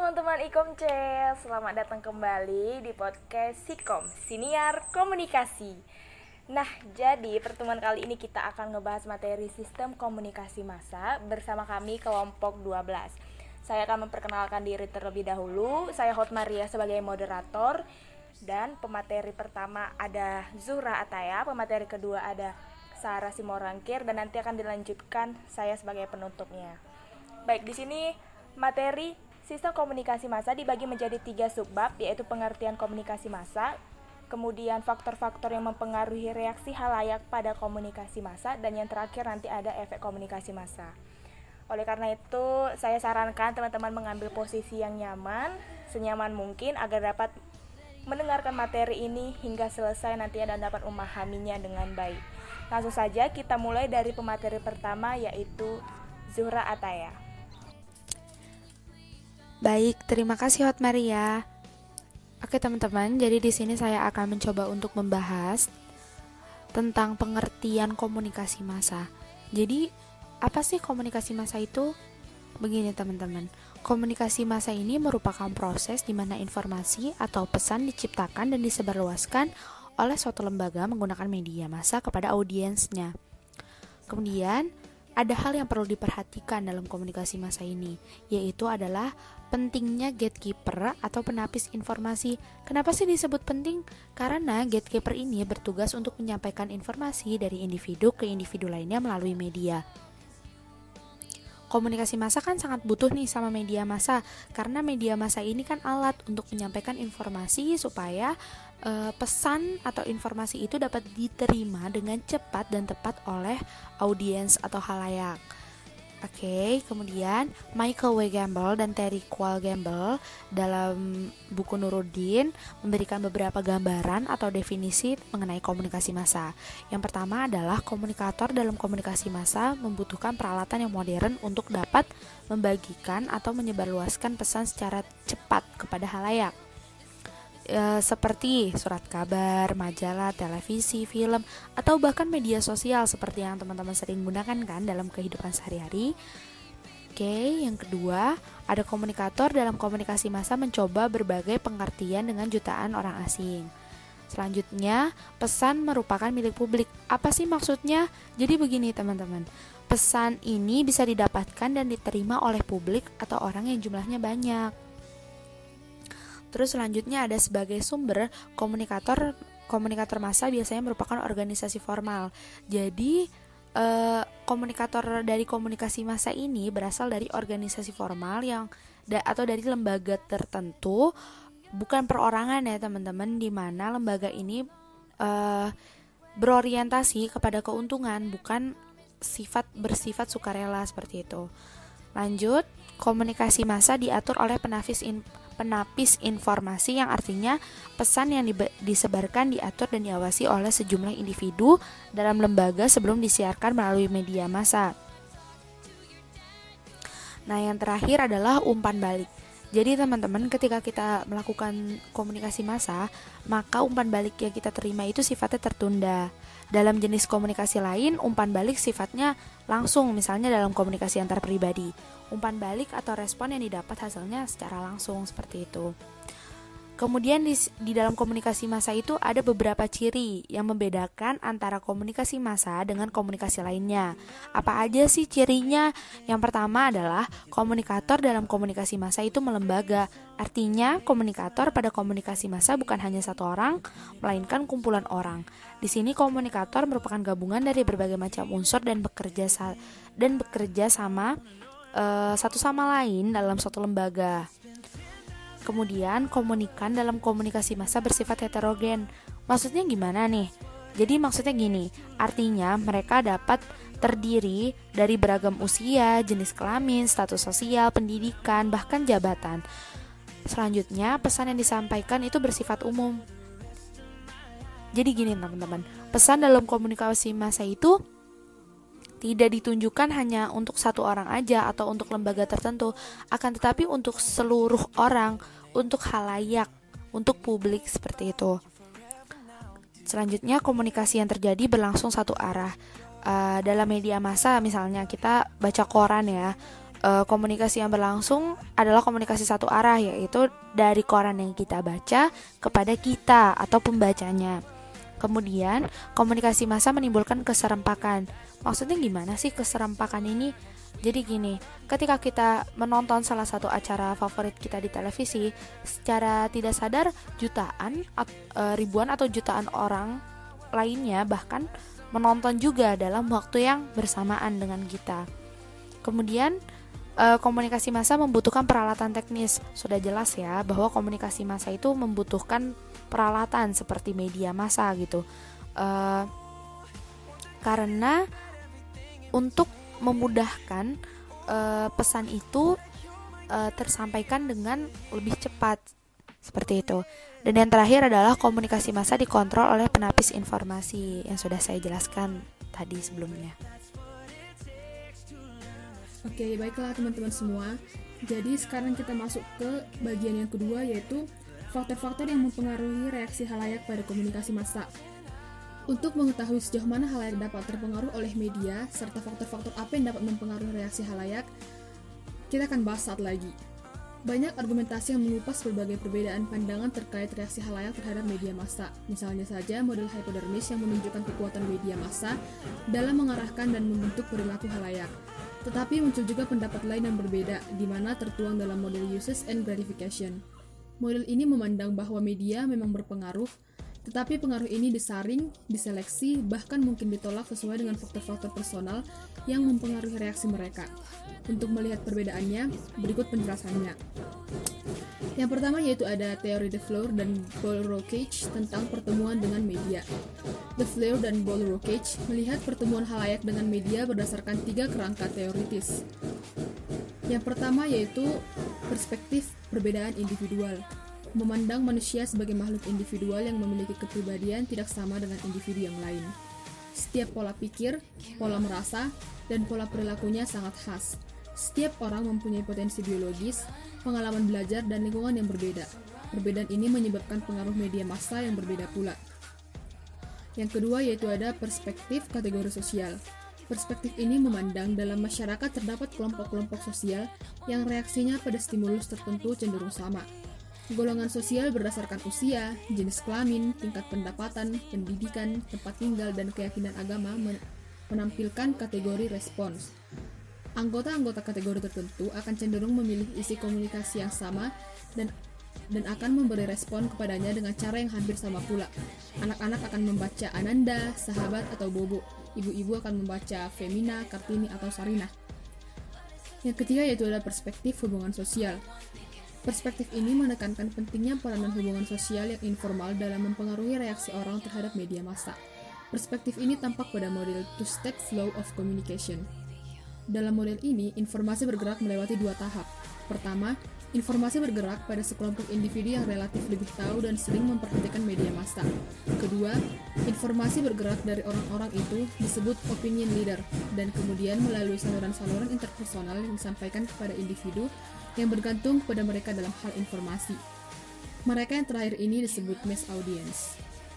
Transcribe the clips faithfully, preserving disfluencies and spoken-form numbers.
teman-teman Ikom C, selamat datang kembali di podcast Sikom, Siniar Komunikasi. Nah, jadi pertemuan kali ini kita akan ngebahas materi sistem komunikasi massa bersama kami kelompok dua belas. Saya akan memperkenalkan diri terlebih dahulu. Saya Hot Maria sebagai moderator dan pemateri pertama ada Zuhra Ataya, pemateri kedua ada Sarah Simorangkir, dan nanti akan dilanjutkan saya sebagai penutupnya. Baik, di sini materi sistem komunikasi massa dibagi menjadi tiga subbab, yaitu pengertian komunikasi massa, kemudian faktor-faktor yang mempengaruhi reaksi halayak pada komunikasi massa, dan yang terakhir nanti ada efek komunikasi massa. Oleh karena itu, saya sarankan teman-teman mengambil posisi yang nyaman, senyaman mungkin agar dapat mendengarkan materi ini hingga selesai nantinya dan dapat memahaminya dengan baik. Langsung saja kita mulai dari pemateri pertama, yaitu Zuhra Ataya. Baik, terima kasih Hot Maria. Oke teman-teman, jadi di sini saya akan mencoba untuk membahas tentang pengertian komunikasi massa. Jadi, apa sih komunikasi massa itu? Begini teman-teman, komunikasi massa ini merupakan proses di mana informasi atau pesan diciptakan dan disebarluaskan oleh suatu lembaga menggunakan media massa kepada audiensnya. Kemudian, ada hal yang perlu diperhatikan dalam komunikasi massa ini, yaitu adalah pentingnya gatekeeper atau penapis informasi. Kenapa sih disebut penting? Karena gatekeeper ini bertugas untuk menyampaikan informasi dari individu ke individu lainnya melalui media. Komunikasi massa kan sangat butuh nih sama media massa, karena media massa ini kan alat untuk menyampaikan informasi supaya e, pesan atau informasi itu dapat diterima dengan cepat dan tepat oleh audiens atau halayak. Oke, kemudian Michael W. Gamble dan Terry Qual Gamble dalam buku Nuruddin memberikan beberapa gambaran atau definisi mengenai komunikasi massa. Yang pertama adalah komunikator dalam komunikasi massa membutuhkan peralatan yang modern untuk dapat membagikan atau menyebarluaskan pesan secara cepat kepada halayak. E, seperti surat kabar, majalah, televisi, film, atau bahkan media sosial seperti yang teman-teman sering gunakan kan dalam kehidupan sehari-hari. Oke, yang kedua, ada komunikator dalam komunikasi massa mencoba berbagai pengertian dengan jutaan orang asing. Selanjutnya, pesan merupakan milik publik. Apa sih maksudnya? Jadi begini teman-teman, pesan ini bisa didapatkan dan diterima oleh publik atau orang yang jumlahnya banyak. Terus selanjutnya ada sebagai sumber, komunikator komunikator massa biasanya merupakan organisasi formal. Jadi eh, komunikator dari komunikasi massa ini berasal dari organisasi formal yang da, atau dari lembaga tertentu, bukan perorangan ya teman-teman, di mana lembaga ini eh, berorientasi kepada keuntungan, bukan sifat bersifat sukarela seperti itu. Lanjut, komunikasi massa diatur oleh penafis in, penapis informasi, yang artinya pesan yang dibe- disebarkan diatur dan diawasi oleh sejumlah individu dalam lembaga sebelum disiarkan melalui media massa. Nah, yang terakhir adalah umpan balik. Jadi teman-teman, ketika kita melakukan komunikasi massa, maka umpan balik yang kita terima itu sifatnya tertunda. Dalam jenis komunikasi lain, umpan balik sifatnya langsung, misalnya dalam komunikasi antar pribadi. Umpan balik atau respon yang didapat hasilnya secara langsung, seperti itu. Kemudian di, di dalam komunikasi massa itu ada beberapa ciri yang membedakan antara komunikasi massa dengan komunikasi lainnya. Apa aja sih cirinya? Yang pertama adalah komunikator dalam komunikasi massa itu melembaga. Artinya komunikator pada komunikasi massa bukan hanya satu orang, melainkan kumpulan orang. Di sini komunikator merupakan gabungan dari berbagai macam unsur dan bekerja sa- dan bekerja sama e, satu sama lain dalam suatu lembaga. Kemudian komunikan dalam komunikasi massa bersifat heterogen. Maksudnya gimana nih? Jadi maksudnya gini, artinya mereka dapat terdiri dari beragam usia, jenis kelamin, status sosial, pendidikan, bahkan jabatan. Selanjutnya, pesan yang disampaikan itu bersifat umum. Jadi gini teman-teman, pesan dalam komunikasi massa itu tidak ditunjukkan hanya untuk satu orang aja atau untuk lembaga tertentu, akan tetapi untuk seluruh orang, untuk halayak, untuk publik, seperti itu. Selanjutnya, komunikasi yang terjadi berlangsung satu arah. Uh, dalam media massa misalnya kita baca koran ya, uh, komunikasi yang berlangsung adalah komunikasi satu arah, yaitu dari koran yang kita baca kepada kita atau pembacanya. Kemudian, komunikasi massa menimbulkan keserempakan. Maksudnya gimana sih keserempakan ini? Jadi gini, ketika kita menonton salah satu acara favorit kita di televisi, secara tidak sadar jutaan, ribuan atau jutaan orang lainnya bahkan menonton juga dalam waktu yang bersamaan dengan kita. Kemudian, komunikasi massa membutuhkan peralatan teknis. Sudah jelas ya bahwa komunikasi massa itu membutuhkan peralatan seperti media massa gitu. Uh, karena untuk memudahkan uh, pesan itu uh, tersampaikan dengan lebih cepat, seperti itu. Dan yang terakhir adalah komunikasi massa dikontrol oleh penapis informasi yang sudah saya jelaskan tadi sebelumnya. Oke, baiklah teman-teman semua. Jadi sekarang kita masuk ke bagian yang kedua, yaitu faktor-faktor yang mempengaruhi reaksi halayak pada komunikasi massa. Untuk mengetahui sejauh mana halayak dapat terpengaruh oleh media, serta faktor-faktor apa yang dapat mempengaruhi reaksi halayak, kita akan bahas saat lagi. Banyak argumentasi yang mengupas berbagai perbedaan pandangan terkait reaksi halayak terhadap media massa. Misalnya saja model hypodermis yang menunjukkan kekuatan media massa dalam mengarahkan dan membentuk perilaku halayak. Tetapi muncul juga pendapat lain yang berbeda, di mana tertuang dalam model uses and gratification. Model ini memandang bahwa media memang berpengaruh, tetapi pengaruh ini disaring, diseleksi, bahkan mungkin ditolak sesuai dengan faktor-faktor personal yang mempengaruhi reaksi mereka. Untuk melihat perbedaannya, berikut penjelasannya. Yang pertama yaitu ada teori De Fleur dan Ball-Rockage tentang pertemuan dengan media. De Fleur dan Ball-Rockage melihat pertemuan halayak dengan media berdasarkan tiga kerangka teoritis. Yang pertama yaitu perspektif perbedaan individual. Memandang manusia sebagai makhluk individual yang memiliki kepribadian tidak sama dengan individu yang lain. Setiap pola pikir, pola merasa, dan pola perilakunya sangat khas. Setiap orang mempunyai potensi biologis, pengalaman belajar, dan lingkungan yang berbeda. Perbedaan ini menyebabkan pengaruh media massa yang berbeda pula. Yang kedua yaitu ada perspektif kategori sosial. Perspektif ini memandang dalam masyarakat terdapat kelompok-kelompok sosial yang reaksinya pada stimulus tertentu cenderung sama. Golongan sosial berdasarkan usia, jenis kelamin, tingkat pendapatan, pendidikan, tempat tinggal, dan keyakinan agama menampilkan kategori respons. Anggota-anggota kategori tertentu akan cenderung memilih isi komunikasi yang sama dan dan akan memberi respon kepadanya dengan cara yang hampir sama pula. Anak-anak akan membaca Ananda, Sahabat, atau Bobo. Ibu-ibu akan membaca Femina, Kartini, atau Sarinah. Yang ketiga yaitu ada perspektif hubungan sosial. Perspektif ini menekankan pentingnya peranan hubungan sosial yang informal dalam mempengaruhi reaksi orang terhadap media massa. Perspektif ini tampak pada model two-step flow of communication. Dalam model ini, informasi bergerak melewati dua tahap. Pertama, informasi bergerak pada sekelompok individu yang relatif lebih tahu dan sering memperhatikan media massa. Kedua, informasi bergerak dari orang-orang itu disebut opinion leader, dan kemudian melalui saluran-saluran interpersonal yang disampaikan kepada individu yang bergantung pada mereka dalam hal informasi. Mereka yang terakhir ini disebut mass audience.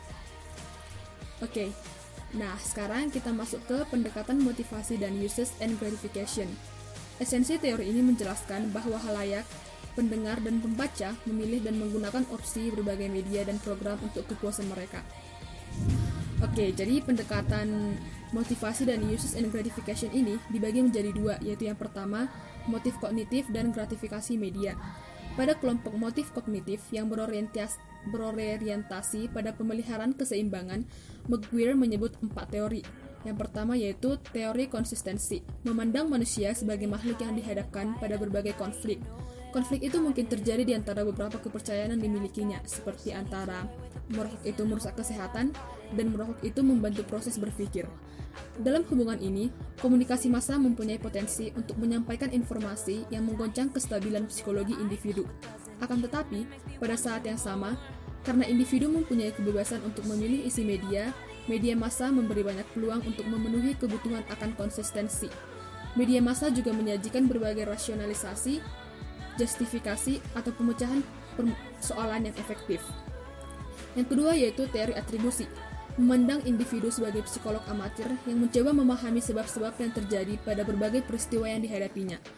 Oke, nah sekarang kita masuk ke pendekatan motivasi dan uses and gratification. Esensi teori ini menjelaskan bahwa halayak, pendengar, dan pembaca memilih dan menggunakan opsi berbagai media dan program untuk kepuasan mereka. Oke, jadi pendekatan motivasi dan uses and gratification ini dibagi menjadi dua, yaitu yang pertama, motif kognitif dan gratifikasi media. Pada kelompok motif kognitif yang berorientasi, berorientasi pada pemeliharaan keseimbangan, McGuire menyebut empat teori. Yang pertama yaitu teori konsistensi, memandang manusia sebagai makhluk yang dihadapkan pada berbagai konflik. Konflik itu mungkin terjadi di antara beberapa kepercayaan yang dimilikinya, seperti antara merokok itu merusak kesehatan dan merokok itu membantu proses berpikir. Dalam hubungan ini, komunikasi massa mempunyai potensi untuk menyampaikan informasi yang menggoncang kestabilan psikologi individu. Akan tetapi, pada saat yang sama, karena individu mempunyai kebebasan untuk memilih isi media, media massa memberi banyak peluang untuk memenuhi kebutuhan akan konsistensi. Media massa juga menyajikan berbagai rasionalisasi, justifikasi, atau pemecahan persoalan yang efektif. Yang kedua yaitu teori atribusi, memandang individu sebagai psikolog amatir yang mencoba memahami sebab-sebab yang terjadi pada berbagai peristiwa yang dihadapinya.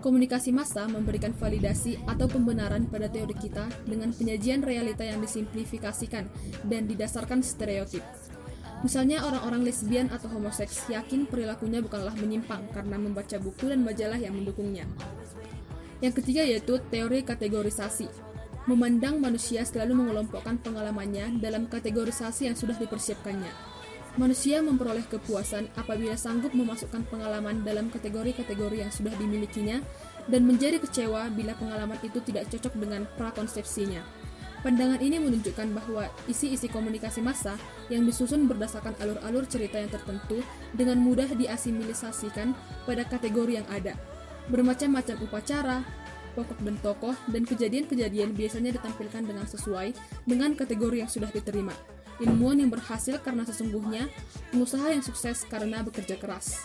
Komunikasi massa memberikan validasi atau pembenaran pada teori kita dengan penyajian realita yang disimplifikasikan dan didasarkan stereotip. Misalnya orang-orang lesbian atau homoseks yakin perilakunya bukanlah menyimpang karena membaca buku dan majalah yang mendukungnya. Yang ketiga yaitu teori kategorisasi. Memandang manusia selalu mengelompokkan pengalamannya dalam kategorisasi yang sudah dipersiapkannya. Manusia memperoleh kepuasan apabila sanggup memasukkan pengalaman dalam kategori-kategori yang sudah dimilikinya dan menjadi kecewa bila pengalaman itu tidak cocok dengan prakonsepsinya. Pandangan ini menunjukkan bahwa isi-isi komunikasi massa yang disusun berdasarkan alur-alur cerita yang tertentu dengan mudah diasimilisasikan pada kategori yang ada. Bermacam-macam upacara, pokok dan tokoh, dan kejadian-kejadian biasanya ditampilkan dengan sesuai dengan kategori yang sudah diterima. Ilmuwan yang berhasil karena sesungguhnya, pengusaha yang sukses karena bekerja keras.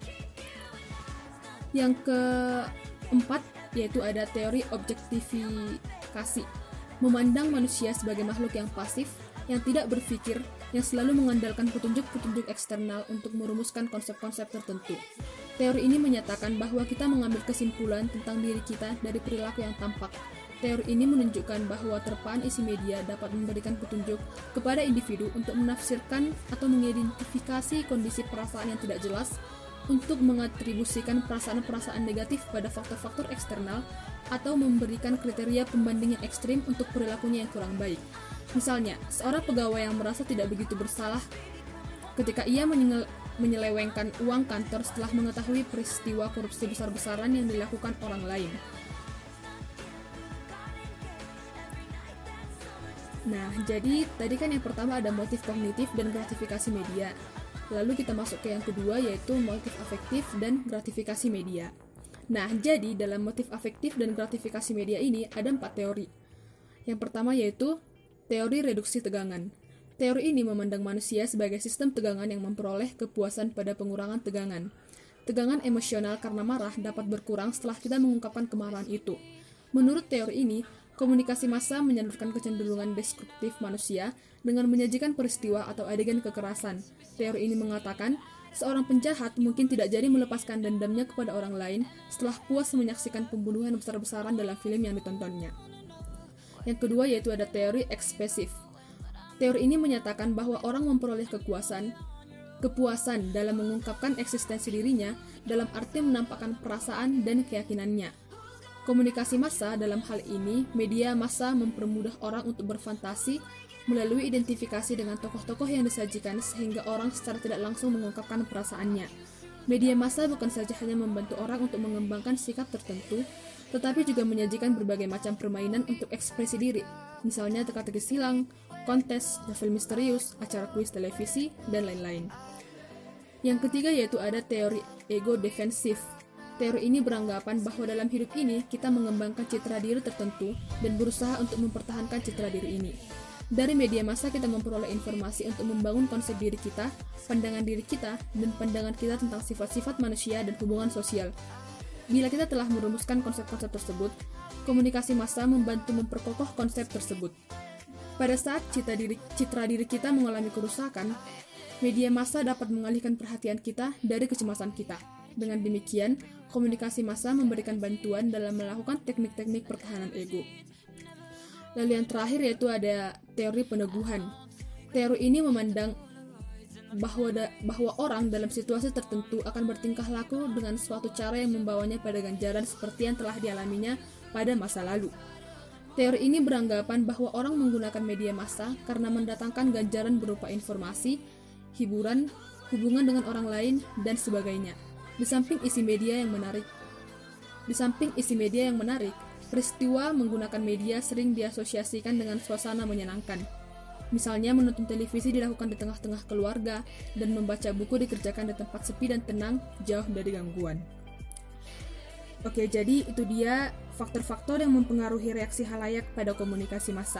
Yang keempat yaitu ada teori objektifikasi. Memandang manusia sebagai makhluk yang pasif, yang tidak berpikir, yang selalu mengandalkan petunjuk-petunjuk eksternal untuk merumuskan konsep-konsep tertentu. Teori ini menyatakan bahwa kita mengambil kesimpulan tentang diri kita dari perilaku yang tampak. Teori ini menunjukkan bahwa terpaan isi media dapat memberikan petunjuk kepada individu untuk menafsirkan atau mengidentifikasi kondisi perasaan yang tidak jelas, untuk mengatribusikan perasaan-perasaan negatif pada faktor-faktor eksternal, atau memberikan kriteria pembanding yang ekstrim untuk perilakunya yang kurang baik. Misalnya, seorang pegawai yang merasa tidak begitu bersalah ketika ia menyele- menyelewengkan uang kantor setelah mengetahui peristiwa korupsi besar-besaran yang dilakukan orang lain. Nah, jadi tadi kan yang pertama ada motif kognitif dan gratifikasi media. Lalu kita masuk ke yang kedua yaitu motif afektif dan gratifikasi media. Nah, jadi dalam motif afektif dan gratifikasi media ini ada empat teori. Yang pertama yaitu teori reduksi tegangan. Teori ini memandang manusia sebagai sistem tegangan yang memperoleh kepuasan pada pengurangan tegangan. Tegangan emosional karena marah dapat berkurang setelah kita mengungkapkan kemarahan itu. Menurut teori ini, komunikasi massa menyalurkan kecenderungan destruktif manusia dengan menyajikan peristiwa atau adegan kekerasan. Teori ini mengatakan, seorang penjahat mungkin tidak jadi melepaskan dendamnya kepada orang lain setelah puas menyaksikan pembunuhan besar-besaran dalam film yang ditontonnya. Yang kedua yaitu ada teori ekspresif. Teori ini menyatakan bahwa orang memperoleh kekuasaan, kepuasan dalam mengungkapkan eksistensi dirinya dalam arti menampakkan perasaan dan keyakinannya. Komunikasi massa dalam hal ini, media massa mempermudah orang untuk berfantasi melalui identifikasi dengan tokoh-tokoh yang disajikan sehingga orang secara tidak langsung mengungkapkan perasaannya. Media massa bukan saja hanya membantu orang untuk mengembangkan sikap tertentu, tetapi juga menyajikan berbagai macam permainan untuk ekspresi diri, misalnya teka-teki silang, kontes, novel misterius, acara kuis televisi, dan lain-lain. Yang ketiga yaitu ada teori ego defensif. Teori ini beranggapan bahwa dalam hidup ini kita mengembangkan citra diri tertentu dan berusaha untuk mempertahankan citra diri ini. Dari media massa kita memperoleh informasi untuk membangun konsep diri kita, pandangan diri kita, dan pandangan kita tentang sifat-sifat manusia dan hubungan sosial. Bila kita telah merumuskan konsep-konsep tersebut, komunikasi massa membantu memperkokoh konsep tersebut. Pada saat citra diri, citra diri kita mengalami kerusakan, media massa dapat mengalihkan perhatian kita dari kecemasan kita. Dengan demikian, komunikasi massa memberikan bantuan dalam melakukan teknik-teknik pertahanan ego. Lalu yang terakhir yaitu ada teori peneguhan. Teori ini memandang bahwa, da, bahwa orang dalam situasi tertentu akan bertingkah laku dengan suatu cara yang membawanya pada ganjaran seperti yang telah dialaminya pada masa lalu. Teori ini beranggapan bahwa orang menggunakan media massa karena mendatangkan ganjaran berupa informasi, hiburan, hubungan dengan orang lain, dan sebagainya. Di samping isi media yang menarik, di samping isi media yang menarik, peristiwa menggunakan media sering diasosiasikan dengan suasana menyenangkan. Misalnya menonton televisi dilakukan di tengah-tengah keluarga dan membaca buku dikerjakan di tempat sepi dan tenang, jauh dari gangguan. Oke, jadi itu dia faktor-faktor yang mempengaruhi reaksi halayak pada komunikasi massa.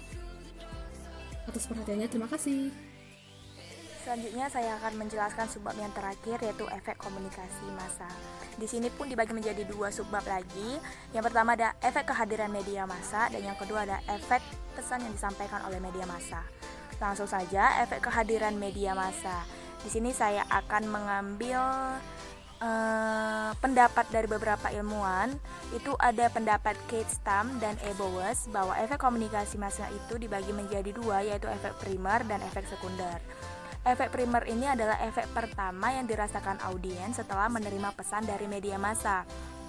Atas perhatiannya, terima kasih. Selanjutnya saya akan menjelaskan subbab yang terakhir yaitu efek komunikasi massa. Di sini pun dibagi menjadi dua subbab lagi. Yang pertama ada efek kehadiran media massa dan yang kedua ada efek pesan yang disampaikan oleh media massa. Langsung saja efek kehadiran media massa. Di sini saya akan mengambil eh, pendapat dari beberapa ilmuwan. Itu ada pendapat Kate Stam dan Ebowes bahwa efek komunikasi massa itu dibagi menjadi dua, yaitu efek primer dan efek sekunder. Efek primer ini adalah efek pertama yang dirasakan audiens setelah menerima pesan dari media massa.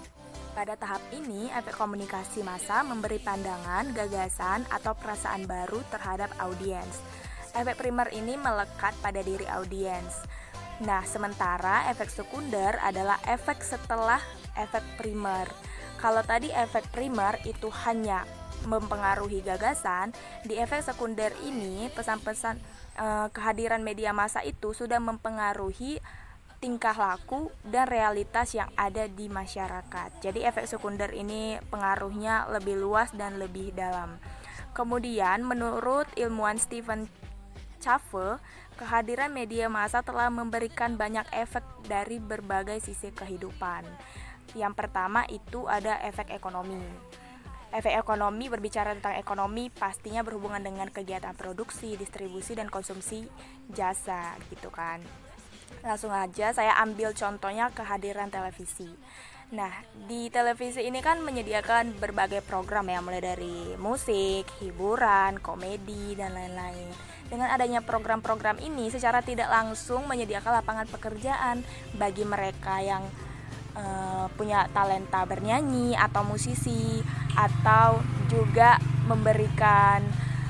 Pada tahap ini, efek komunikasi massa memberi pandangan, gagasan, atau perasaan baru terhadap audiens. Efek primer ini melekat pada diri audiens. Nah, sementara efek sekunder adalah efek setelah efek primer. Kalau tadi efek primer itu hanya mempengaruhi gagasan, di efek sekunder ini pesan-pesan eh, kehadiran media massa itu sudah mempengaruhi tingkah laku dan realitas yang ada di masyarakat. Jadi efek sekunder ini pengaruhnya lebih luas dan lebih dalam. Kemudian menurut ilmuwan Stephen Cavell, kehadiran media massa telah memberikan banyak efek dari berbagai sisi kehidupan. Yang pertama itu ada efek ekonomi. Efek ekonomi, berbicara tentang ekonomi, pastinya berhubungan dengan kegiatan produksi, distribusi, dan konsumsi jasa gitu kan. Langsung aja saya ambil contohnya kehadiran televisi. Nah, di televisi ini kan menyediakan berbagai program ya, mulai dari musik, hiburan, komedi, dan lain-lain. Dengan adanya program-program ini secara tidak langsung menyediakan lapangan pekerjaan bagi mereka yang uh, punya talenta bernyanyi atau musisi, atau juga memberikan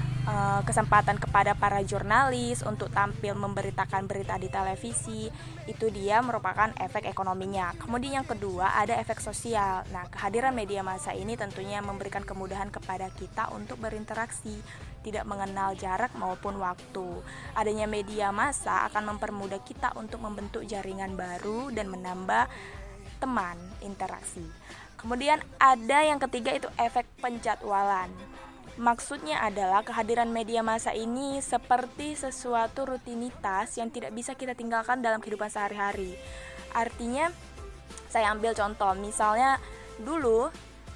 uh, kesempatan kepada para jurnalis untuk tampil memberitakan berita di televisi. Itu dia merupakan efek ekonominya. Kemudian yang kedua ada efek sosial. Nah, kehadiran media massa ini tentunya memberikan kemudahan kepada kita untuk berinteraksi, tidak mengenal jarak maupun waktu. Adanya media massa akan mempermudah kita untuk membentuk jaringan baru dan menambah teman interaksi. Kemudian ada yang ketiga itu efek penjadwalan. Maksudnya adalah kehadiran media massa ini seperti sesuatu rutinitas yang tidak bisa kita tinggalkan dalam kehidupan sehari-hari. Artinya, saya ambil contoh, misalnya dulu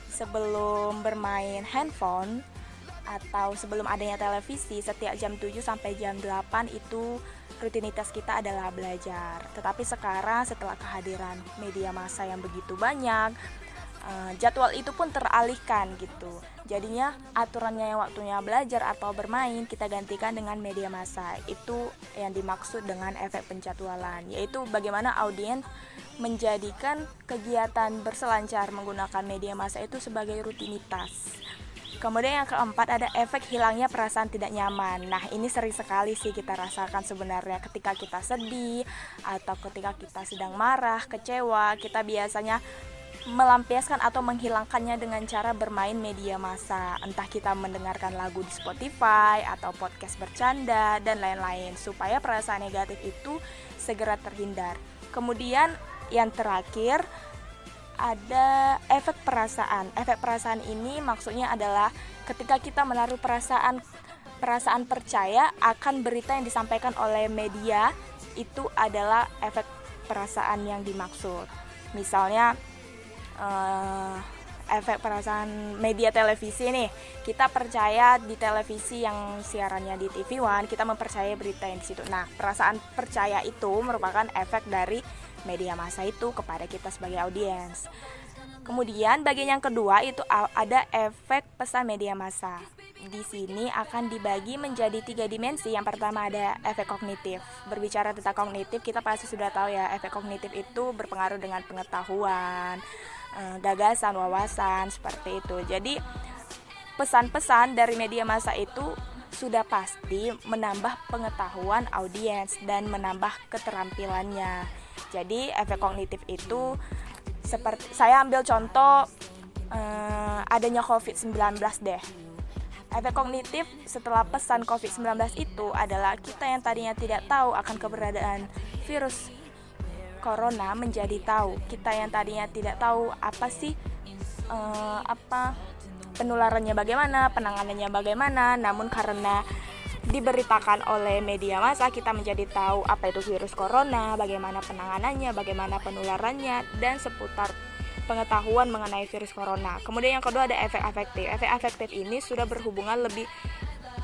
sebelum bermain handphone atau sebelum adanya televisi, setiap jam tujuh sampai jam delapan itu rutinitas kita adalah belajar. Tetapi sekarang setelah kehadiran media massa yang begitu banyak, Uh, jadwal itu pun teralihkan gitu. Jadinya aturannya yang waktunya belajar atau bermain kita gantikan dengan media massa. Itu yang dimaksud dengan efek penjadwalan, yaitu bagaimana audiens menjadikan kegiatan berselancar menggunakan media massa itu sebagai rutinitas. Kemudian yang keempat ada efek hilangnya perasaan tidak nyaman. Nah, ini sering sekali sih kita rasakan sebenarnya ketika kita sedih atau ketika kita sedang marah, kecewa. Kita biasanya melampiaskan atau menghilangkannya dengan cara bermain media massa. Entah kita mendengarkan lagu di Spotify atau podcast bercanda dan lain-lain, supaya perasaan negatif itu segera terhindar. Kemudian yang terakhir ada efek perasaan. Efek perasaan ini maksudnya adalah ketika kita menaruh perasaan perasaan percaya akan berita yang disampaikan oleh media, itu adalah efek perasaan yang dimaksud. Misalnya Uh, efek perasaan media televisi nih, kita percaya di televisi yang siarannya di T V One, kita mempercayai berita yang di situ. Nah, perasaan percaya itu merupakan efek dari media massa itu kepada kita sebagai audiens. Kemudian bagian yang kedua itu ada efek pesan media massa. Di sini akan dibagi menjadi tiga dimensi. Yang pertama ada efek kognitif. Berbicara tentang kognitif, kita pasti sudah tahu ya, efek kognitif itu berpengaruh dengan pengetahuan, gagasan, wawasan, seperti itu. Jadi pesan-pesan dari media massa itu sudah pasti menambah pengetahuan audiens dan menambah keterampilannya. Jadi efek kognitif itu seperti, saya ambil contoh eh, adanya covid sembilan belas deh. Efek kognitif setelah pesan covid sembilan belas itu adalah kita yang tadinya tidak tahu akan keberadaan virus corona menjadi tahu. Kita yang tadinya tidak tahu apa sih eh, apa penularannya bagaimana, penanganannya bagaimana, namun karena diberitakan oleh media massa kita menjadi tahu apa itu virus corona, bagaimana penanganannya, bagaimana penularannya, dan seputar pengetahuan mengenai virus corona. Kemudian yang kedua ada efek afektif. Efek afektif ini sudah berhubungan lebih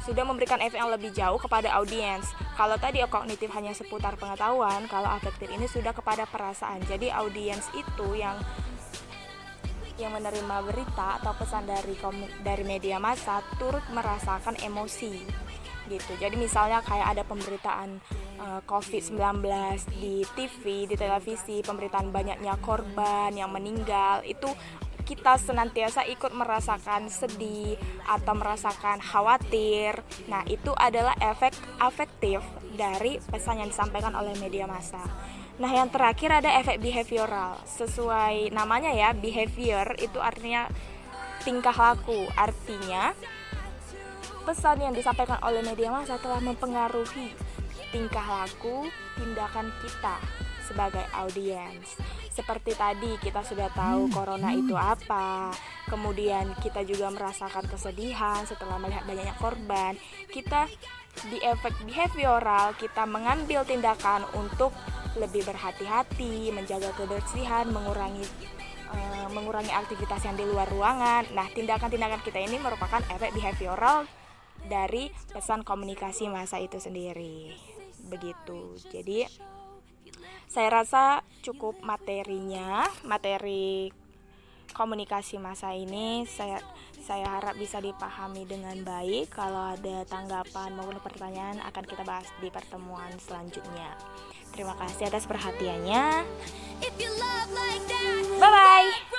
sudah memberikan efek yang lebih jauh kepada audiens. Kalau tadi kognitif hanya seputar pengetahuan, kalau afektif ini sudah kepada perasaan. Jadi audiens itu yang yang menerima berita atau pesan dari dari media massa turut merasakan emosi gitu. Jadi misalnya kayak ada pemberitaan uh, covid sembilan belas di T V, di televisi, pemberitaan banyaknya korban yang meninggal, itu kita senantiasa ikut merasakan sedih atau merasakan khawatir. Nah, itu adalah efek afektif dari pesan yang disampaikan oleh media massa. Nah, yang terakhir ada efek behavioral. Sesuai namanya ya, behavior itu artinya tingkah laku. Artinya pesan yang disampaikan oleh media massa telah mempengaruhi tingkah laku, tindakan kita sebagai audiens. Seperti tadi kita sudah tahu corona itu apa, kemudian kita juga merasakan kesedihan setelah melihat banyaknya korban. Kita di efek behavioral, kita mengambil tindakan untuk lebih berhati-hati, menjaga kebersihan, mengurangi uh, mengurangi aktivitas yang di luar ruangan. Nah, tindakan-tindakan kita ini merupakan efek behavioral dari pesan komunikasi massa itu sendiri. Begitu. Jadi saya rasa cukup materinya, materi komunikasi massa ini saya saya harap bisa dipahami dengan baik. Kalau ada tanggapan maupun pertanyaan akan kita bahas di pertemuan selanjutnya. Terima kasih atas perhatiannya. Bye bye.